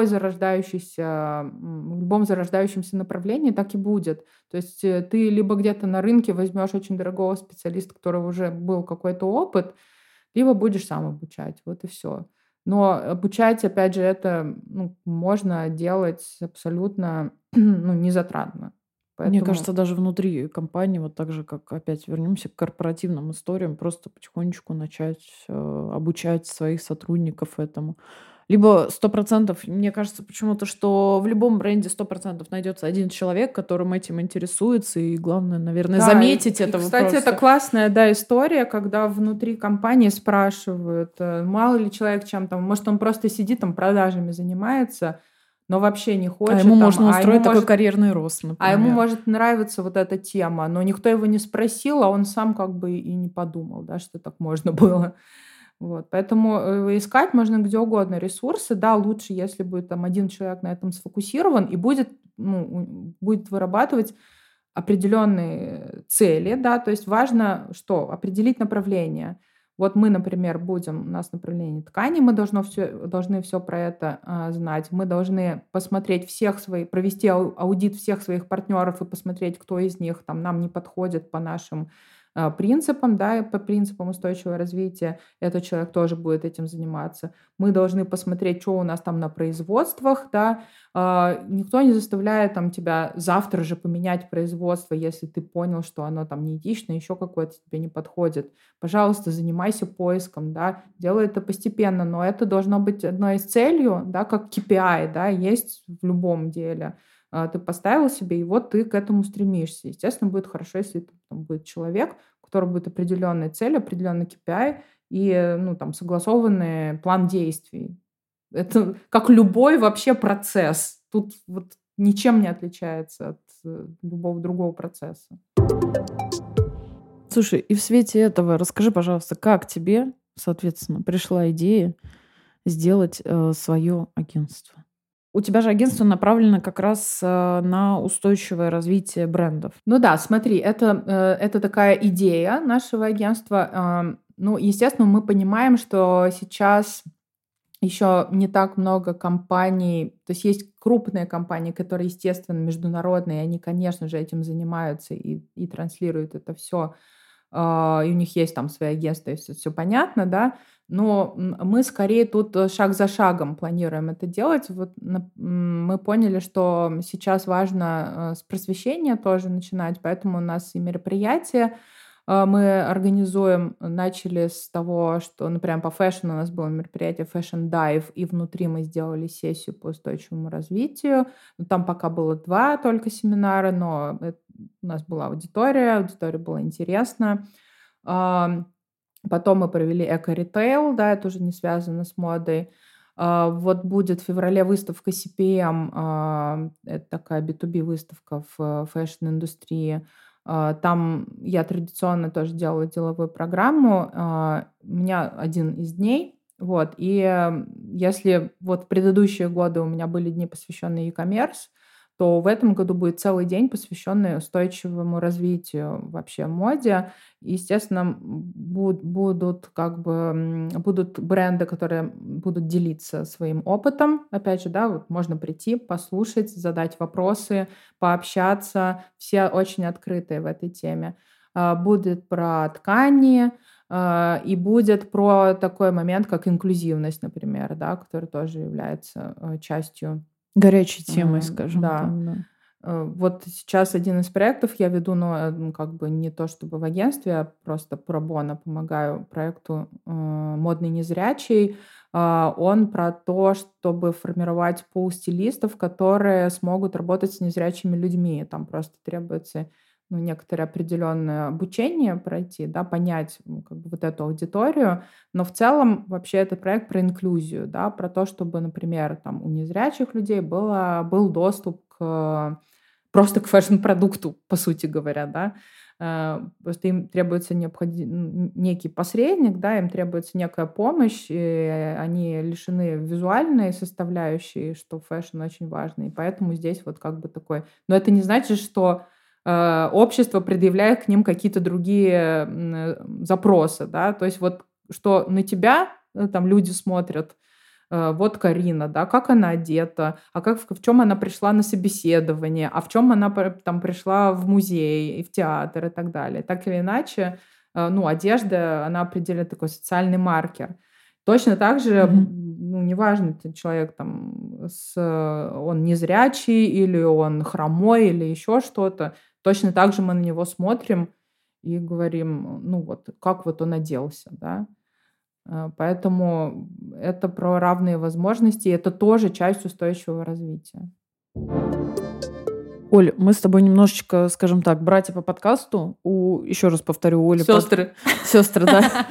в любом зарождающемся направлении так и будет. То есть, ты либо где-то на рынке возьмешь очень дорогого специалиста, у которого уже был какой-то опыт, либо будешь сам обучать. Вот и все. Но обучать, опять же, это, ну, можно делать абсолютно, ну, незатратно. Мне Поэтому кажется, даже внутри компании, вот так же, как опять вернемся к корпоративным историям, просто потихонечку начать обучать своих сотрудников этому. Либо 100%, мне кажется почему-то, что в любом бренде 100% найдется один человек, которым этим интересуется, и главное, наверное, да, заметить этого кстати, это просто. классная, да, история, когда внутри компании спрашивают, мало ли человек чем там, может, он просто сидит там продажами занимается, но вообще не А ему хочет там, можно устроить такой карьерный рост, а ему например. может нравиться вот эта тема, но никто его не спросил, а он сам как бы и не подумал, да, что так можно было. Вот, поэтому искать можно где угодно ресурсы. Да, лучше, если будет там один человек на этом сфокусирован и будет, будет вырабатывать определенные цели, да, то есть важно что? Определить направление. Вот мы, например, у нас направление ткани, мы должны все про это знать. Мы должны посмотреть провести аудит всех своих партнеров и посмотреть, кто из них там нам не подходит по нашим принципам, да, и по принципам устойчивого развития. Этот человек тоже будет этим заниматься. Мы должны посмотреть, что у нас там на производствах, да. Никто не заставляет там тебя завтра же поменять производство, если ты понял, что оно там неэтично, еще какое-то тебе не подходит. Пожалуйста, занимайся поиском, да, делай это постепенно, но это должно быть одной из целью, да, как KPI, да, есть в любом деле. Ты поставил себе, и вот ты к этому стремишься. Естественно, будет хорошо, если там будет человек, у которого будет определенная цель, определенный KPI и, там, согласованный план действий. Это как любой вообще процесс. Тут вот ничем не отличается от любого другого процесса. Слушай, и в свете этого расскажи, пожалуйста, как тебе, соответственно, пришла идея сделать свое агентство? У тебя же агентство направлено как раз на устойчивое развитие брендов. Ну да, смотри, это такая идея нашего агентства. Естественно, мы понимаем, что сейчас еще не так много компаний, то есть крупные компании, которые, естественно, международные, они, конечно же, этим занимаются и транслируют это все, и у них есть там свои агентства, и все понятно, да. Но мы скорее тут шаг за шагом планируем это делать. Вот мы поняли, что сейчас важно с просвещения тоже начинать, поэтому у нас и мероприятия мы начали с того, что, например, по фэшну у нас было мероприятие Fashion Dive, и внутри мы сделали сессию по устойчивому развитию. Там пока было 2 только семинара, но у нас была аудитория было интересно. Потом мы провели эко-ритейл, да, это уже не связано с модой. Вот будет в феврале выставка CPM, это такая B2B выставка в фэшн-индустрии. Там я традиционно тоже делала деловую программу. У меня один из дней. Вот. Если вот в предыдущие годы у меня были дни, посвященные e-commerce, то в этом году будет целый день, посвященный устойчивому развитию вообще моде. Естественно, будут бренды, которые будут делиться своим опытом. Опять же, да, вот можно прийти, послушать, задать вопросы, пообщаться. Все очень открытые в этой теме. Будет про ткани, и будет про такой момент, как инклюзивность, например, да, который тоже является частью. Горячей темой, скажем Да. так, да. Вот сейчас один из проектов я веду, но как бы не то чтобы в агентстве, а просто пробона помогаю проекту «Модный незрячий». Он про то, чтобы формировать пул стилистов, которые смогут работать с незрячими людьми. Там просто требуется некоторое определенное обучение пройти, да, понять как бы вот эту аудиторию. Но в целом вообще это проект про инклюзию, да, про то, чтобы, например, там у незрячих людей был доступ просто к фэшн-продукту, по сути говоря, да. Просто им требуется некий посредник, да, им требуется некая помощь, и они лишены визуальной составляющей, что фэшн очень важный. И поэтому здесь вот как бы такой. Но это не значит, что общество предъявляет к ним какие-то другие запросы, да, то есть вот что на тебя там люди смотрят, вот Карина, да, как она одета, в чем она пришла на собеседование, а в чем она там пришла в музей и в театр и так далее. Так или иначе, одежда, она определяет такой социальный маркер. Точно так же, неважно, ты человек там, он незрячий или он хромой или еще что-то, точно так же мы на него смотрим и говорим, как вот он оделся, да. Поэтому это про равные возможности, и это тоже часть устойчивого развития. Оль, мы с тобой немножечко, скажем так, братья по подкасту. Еще раз повторю, Оля... Сестры. Сестры, да.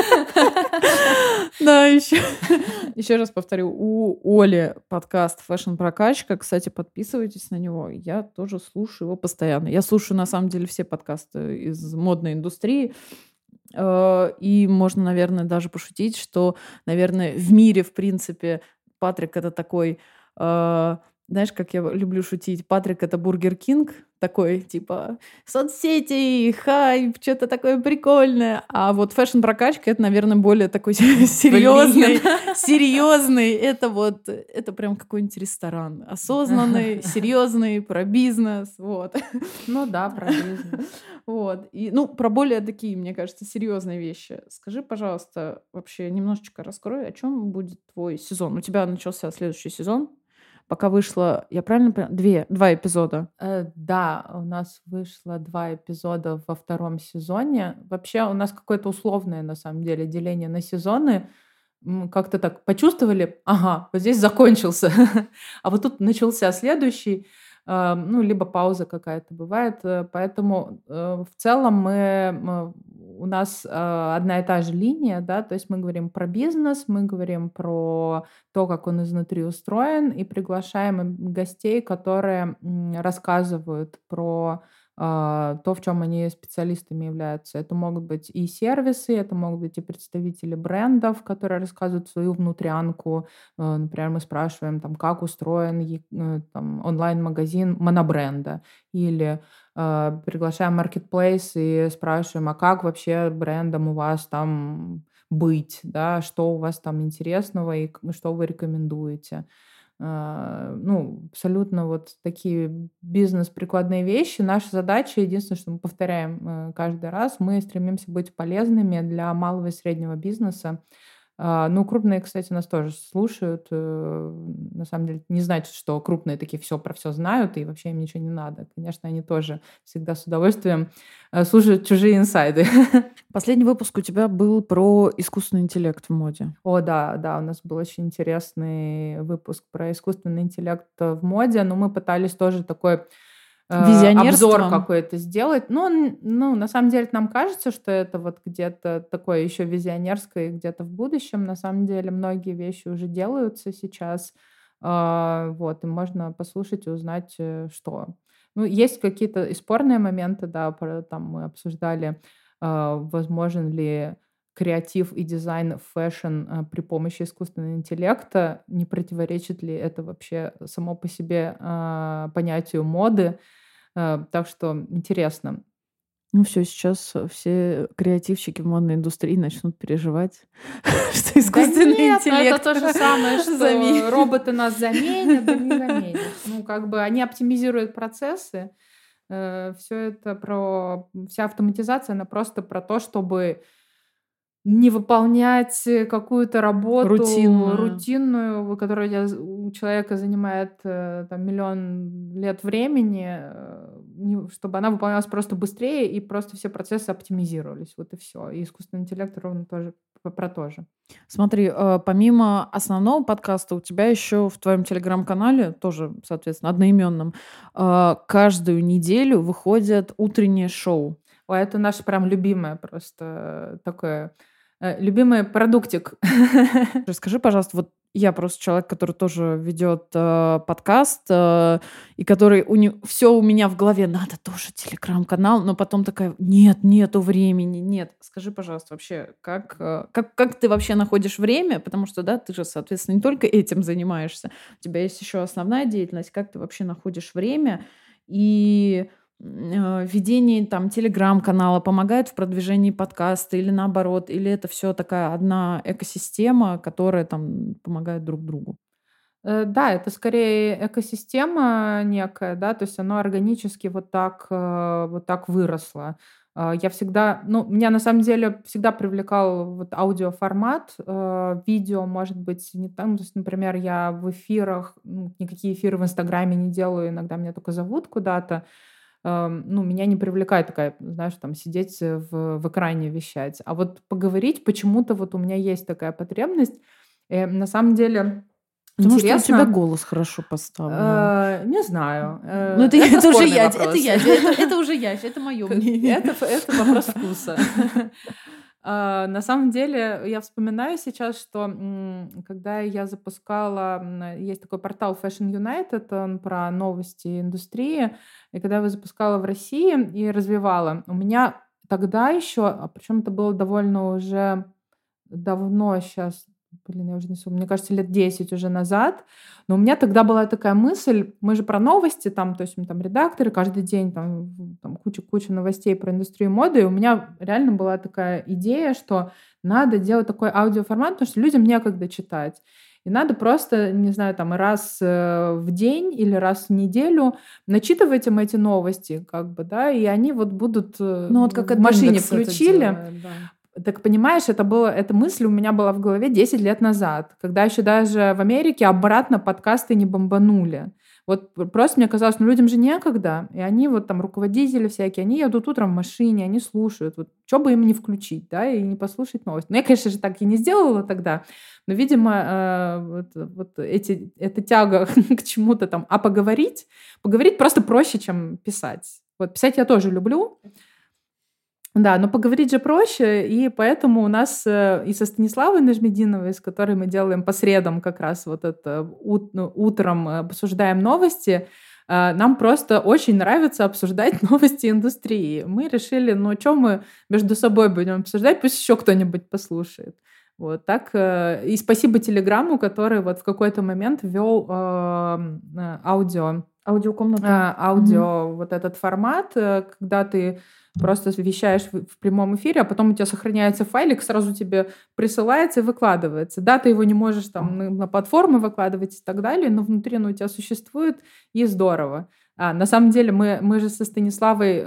Да, еще раз повторю, у Оли подкаст «Фэшн-прокачка». Кстати, подписывайтесь на него. Я тоже слушаю его постоянно. Я слушаю, на самом деле, все подкасты из модной индустрии. И можно, наверное, даже пошутить, что, наверное, в мире, в принципе, Патрик это такой, знаешь, как я люблю шутить, Патрик это Бургер Кинг, такой, типа, соцсети, хайп, что-то такое прикольное. А вот фэшн-прокачка это, наверное, более такой серьезный, серьезный. Это прям какой-нибудь ресторан. Осознанный, серьезный, про бизнес, вот. Ну да, про бизнес. Вот. И, ну, про более такие, мне кажется, серьезные вещи. Скажи, пожалуйста, вообще немножечко раскрой, о чем будет твой сезон. У тебя начался следующий сезон. Пока вышло, я правильно поняла? Два эпизода. Да, у нас вышло 2 эпизода во втором сезоне. Вообще у нас какое-то условное, на самом деле, деление на сезоны. Как-то так почувствовали: ага, вот здесь закончился, а вот тут начался следующий. Ну, либо пауза какая-то бывает. Поэтому, в целом у нас, одна и та же линия, да. То есть мы говорим про бизнес, мы говорим про то, как он изнутри устроен, и приглашаем гостей, которые, рассказывают про то, в чем они специалистами являются. Это могут быть и сервисы, это могут быть и представители брендов, которые рассказывают свою внутрянку. Например, мы спрашиваем, там, как устроен там, онлайн-магазин монобренда. Или приглашаем маркетплейс и спрашиваем, а как вообще брендом у вас там быть, да, что у вас там интересного и что вы рекомендуете. Ну, абсолютно вот такие бизнес-прикладные вещи. Наша задача, единственное, что мы повторяем каждый раз, мы стремимся быть полезными для малого и среднего бизнеса. Ну, крупные, кстати, нас тоже слушают. На самом деле, не значит, что крупные такие все про все знают, и вообще им ничего не надо. Конечно, они тоже всегда с удовольствием слушают чужие инсайды. Последний выпуск у тебя был про искусственный интеллект в моде. О да, да, у нас был очень интересный выпуск про искусственный интеллект в моде, но мы пытались тоже такой обзор Визионерством. какой-то сделать. Ну, на самом деле, нам кажется, что это вот где-то такое еще визионерское, где-то в будущем. На самом деле, многие вещи уже делаются сейчас. Вот, и можно послушать и узнать, что. Ну, есть какие-то и спорные моменты, да, там мы обсуждали, возможен ли креатив и дизайн в фэшн при помощи искусственного интеллекта, не противоречит ли это вообще само по себе понятию моды. Так что интересно. Ну все, сейчас все креативщики в модной индустрии начнут переживать, что искусственный Нет, но это интеллект то же самое, что заменит. роботы нас заменят, да не заменят. Ну, как бы они оптимизируют процессы. Все это вся автоматизация, она просто про то, чтобы не выполнять какую-то работу Рутинную. рутинную, которая у человека занимает там 1 000 000 лет времени, чтобы она выполнялась просто быстрее и просто все процессы оптимизировались. Вот и все. И искусственный интеллект ровно тоже про то же. Смотри, помимо основного подкаста, у тебя еще в твоем телеграм-канале, тоже, соответственно, одноименном, каждую неделю выходят утреннее шоу. Ой, это наше прям любимое просто такое, любимый продуктик. Расскажи, пожалуйста, вот я просто человек, который тоже ведет подкаст, и который все у меня в голове, надо тоже телеграм-канал, но потом такая, нет, нету времени, нет. Скажи, пожалуйста, вообще, как ты вообще находишь время, потому что, да, ты же, соответственно, не только этим занимаешься, у тебя есть еще основная деятельность, как ты вообще находишь время и ведение там телеграм-канала помогает в продвижении подкаста или наоборот, или это все такая одна экосистема, которая там помогает друг другу? Да, это скорее экосистема некая, да, то есть оно органически вот так выросло. Я всегда, ну, меня на самом деле всегда привлекал вот аудиоформат, видео, может быть, не там, то есть, например, я в эфирах, никакие эфиры в Инстаграме не делаю, иногда меня только зовут куда-то, ну, меня не привлекает такая, знаешь, там сидеть в экране вещать. А вот поговорить почему-то вот у меня есть такая потребность. На самом деле Потому что у тебя интересно. голос хорошо поставлен. Не знаю. Ну, это Это уже спорный я, вопрос. это уже я, это мое мнение. Это вопрос вкуса. На самом деле, я вспоминаю сейчас, что когда я запускала, есть такой портал Fashion United, он про новости индустрии, и когда я его запускала в России и развивала, у меня Тогда еще, причем это было довольно уже давно, сейчас, блин, я уже не вспомню, мне кажется, лет 10 уже назад. Но у меня тогда была такая мысль, мы же про новости там, то есть мы там редакторы, каждый день там куча новостей про индустрию моды. И у меня реально была такая идея, что надо делать такой аудиоформат, потому что людям некогда читать. И надо просто, не знаю, там раз в день или раз в неделю начитывать им эти новости, как бы, да, и они вот будут Ну, вот как в машине Яндекс это включили. делает, да. Так понимаешь, эта мысль у меня была в голове 10 лет назад, когда еще даже в Америке обратно подкасты не бомбанули. Вот просто мне казалось, ну людям же некогда, и они вот там руководители всякие, они едут утром в машине, они слушают. Вот что бы им не включить, да, и не послушать новости. Ну, я, конечно же, так и не сделала тогда, но, видимо, эта тяга к чему-то там, поговорить просто проще, чем писать. Вот писать я тоже люблю, да, но поговорить же проще, и поэтому у нас и со Станиславой Нажмединовой, с которой мы делаем по средам как раз вот это утром обсуждаем новости, нам просто очень нравится обсуждать новости индустрии. Мы решили, ну, что мы между собой будем обсуждать, пусть еще кто-нибудь послушает. Вот так. И спасибо Телеграму, который вот в какой-то момент ввел Аудиокомнату. вот этот формат, когда ты просто вещаешь в прямом эфире, а потом у тебя сохраняется файлик, сразу тебе присылается и выкладывается. Да, ты его не можешь там на платформы выкладывать и так далее, но внутри оно у тебя существует, и здорово. На самом деле мы же со Станиславой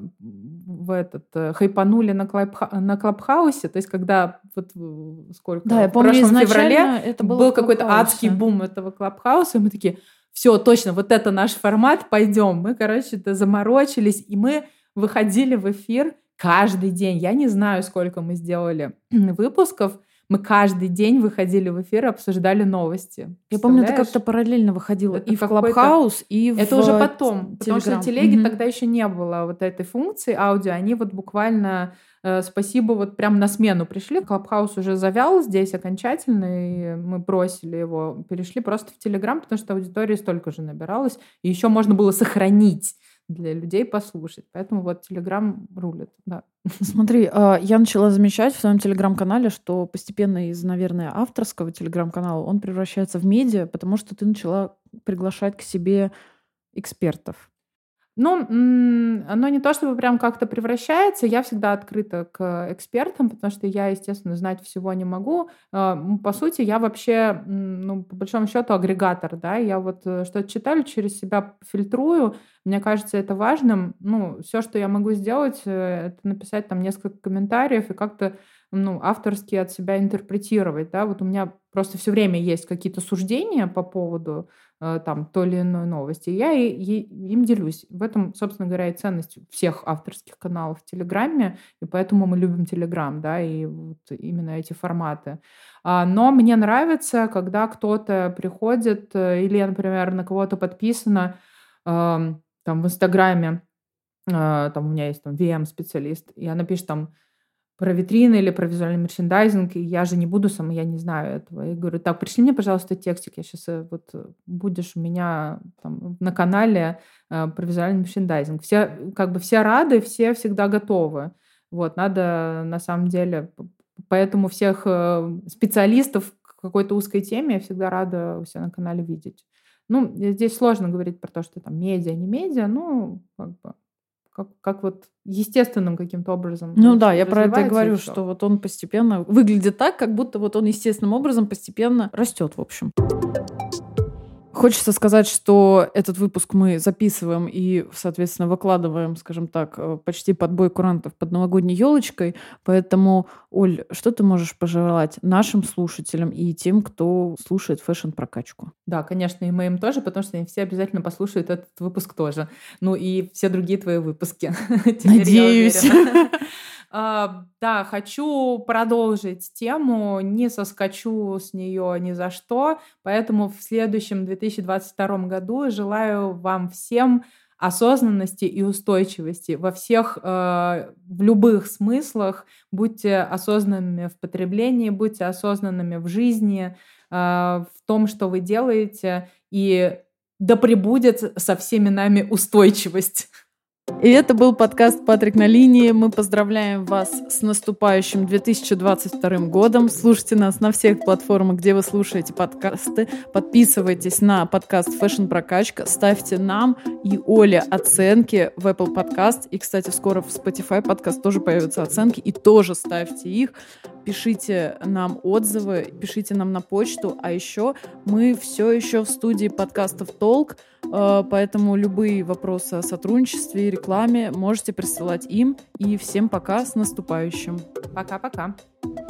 хайпанули на Клабхаусе, то есть когда вот сколько, Да, я в помню, прошлом изначально феврале это было был в какой-то адский Клабхаусе. бум этого Клабхауса, и мы такие, все, точно, вот это наш формат, пойдем. Мы, короче-то, заморочились, и мы выходили в эфир каждый день. Я не знаю, сколько мы сделали выпусков. Мы каждый день выходили в эфир и обсуждали новости. Я помню, ты Представляешь? как-то параллельно выходила Это и в какой-то... Клабхаус, и Это в уже потом, потому что Телеграм. телеги тогда еще не было вот этой функции аудио. Они вот буквально, спасибо, вот прям на смену пришли. Клабхаус уже завял здесь окончательно, и мы бросили его, перешли просто в Телеграм, потому что аудитория столько же набиралась, и еще можно было сохранить для людей послушать. Поэтому вот Телеграм рулит, да. Смотри, я начала замечать в своем Телеграм-канале, что постепенно из, наверное, авторского Телеграм-канала он превращается в медиа, потому что ты начала приглашать к себе экспертов. Ну, оно не то чтобы прям как-то превращается. Я всегда открыта к экспертам, потому что я, естественно, знать всего не могу. По сути, я вообще, ну, по большому счету, агрегатор, да. Я вот что-то читаю, через себя фильтрую. Мне кажется, это важным. Ну, все, что я могу сделать, это написать там несколько комментариев и как-то, ну, авторски от себя интерпретировать, да. Вот у меня просто все время есть какие-то суждения по поводу там той или иной новости. Я им делюсь. В этом, собственно говоря, и ценность всех авторских каналов в Телеграме, и поэтому мы любим Телеграм, да, и вот именно эти форматы. Но мне нравится, когда кто-то приходит, или я, например, на кого-то подписана, там в Инстаграме, там у меня есть там VM-специалист, и она пишет там про витрины или про визуальный мерчендайзинг, и я же не буду сама, я не знаю этого. Я говорю: "Так, пришли мне, пожалуйста, текстик, я сейчас будешь у меня там на канале, про визуальный мерчендайзинг". Все, как бы все рады, все всегда готовы. Вот, надо на самом деле поэтому всех, специалистов к какой-то узкой теме я всегда рада у себя на канале видеть. Ну, здесь сложно говорить про то, что там медиа, не медиа, ну, как бы как вот естественным каким-то образом Ну да, я про это и развивается, говорю, всё. что вот он постепенно выглядит так, как будто вот он естественным образом постепенно растет, в общем. Хочется сказать, что этот выпуск мы записываем и, соответственно, выкладываем, скажем так, почти под бой курантов под новогодней елочкой. Поэтому, Оль, что ты можешь пожелать нашим слушателям и тем, кто слушает фэшн-прокачку? Да, конечно, и моим тоже, потому что они все обязательно послушают этот выпуск тоже. Ну и все другие твои выпуски. Теперь я Надеюсь. уверена. Да, хочу продолжить тему, не соскочу с нее ни за что, поэтому в следующем 2022 году желаю вам всем осознанности и устойчивости во всех, в любых смыслах. Будьте осознанными в потреблении, будьте осознанными в жизни, в том, что вы делаете, и да пребудет со всеми нами устойчивость. И это был подкаст «Патрик на линии». Мы поздравляем вас с наступающим 2022 годом. Слушайте нас на всех платформах, где вы слушаете подкасты. Подписывайтесь на подкаст Fashion Прокачка. Ставьте нам и Оле оценки в Apple Podcast. И, кстати, скоро в Spotify подкаст тоже появятся оценки. И тоже ставьте их. Пишите нам отзывы, пишите нам на почту. А еще мы все еще в студии подкастов «Толк». Поэтому любые вопросы о сотрудничестве и рекламе можете присылать им. И всем пока, с наступающим. Пока-пока.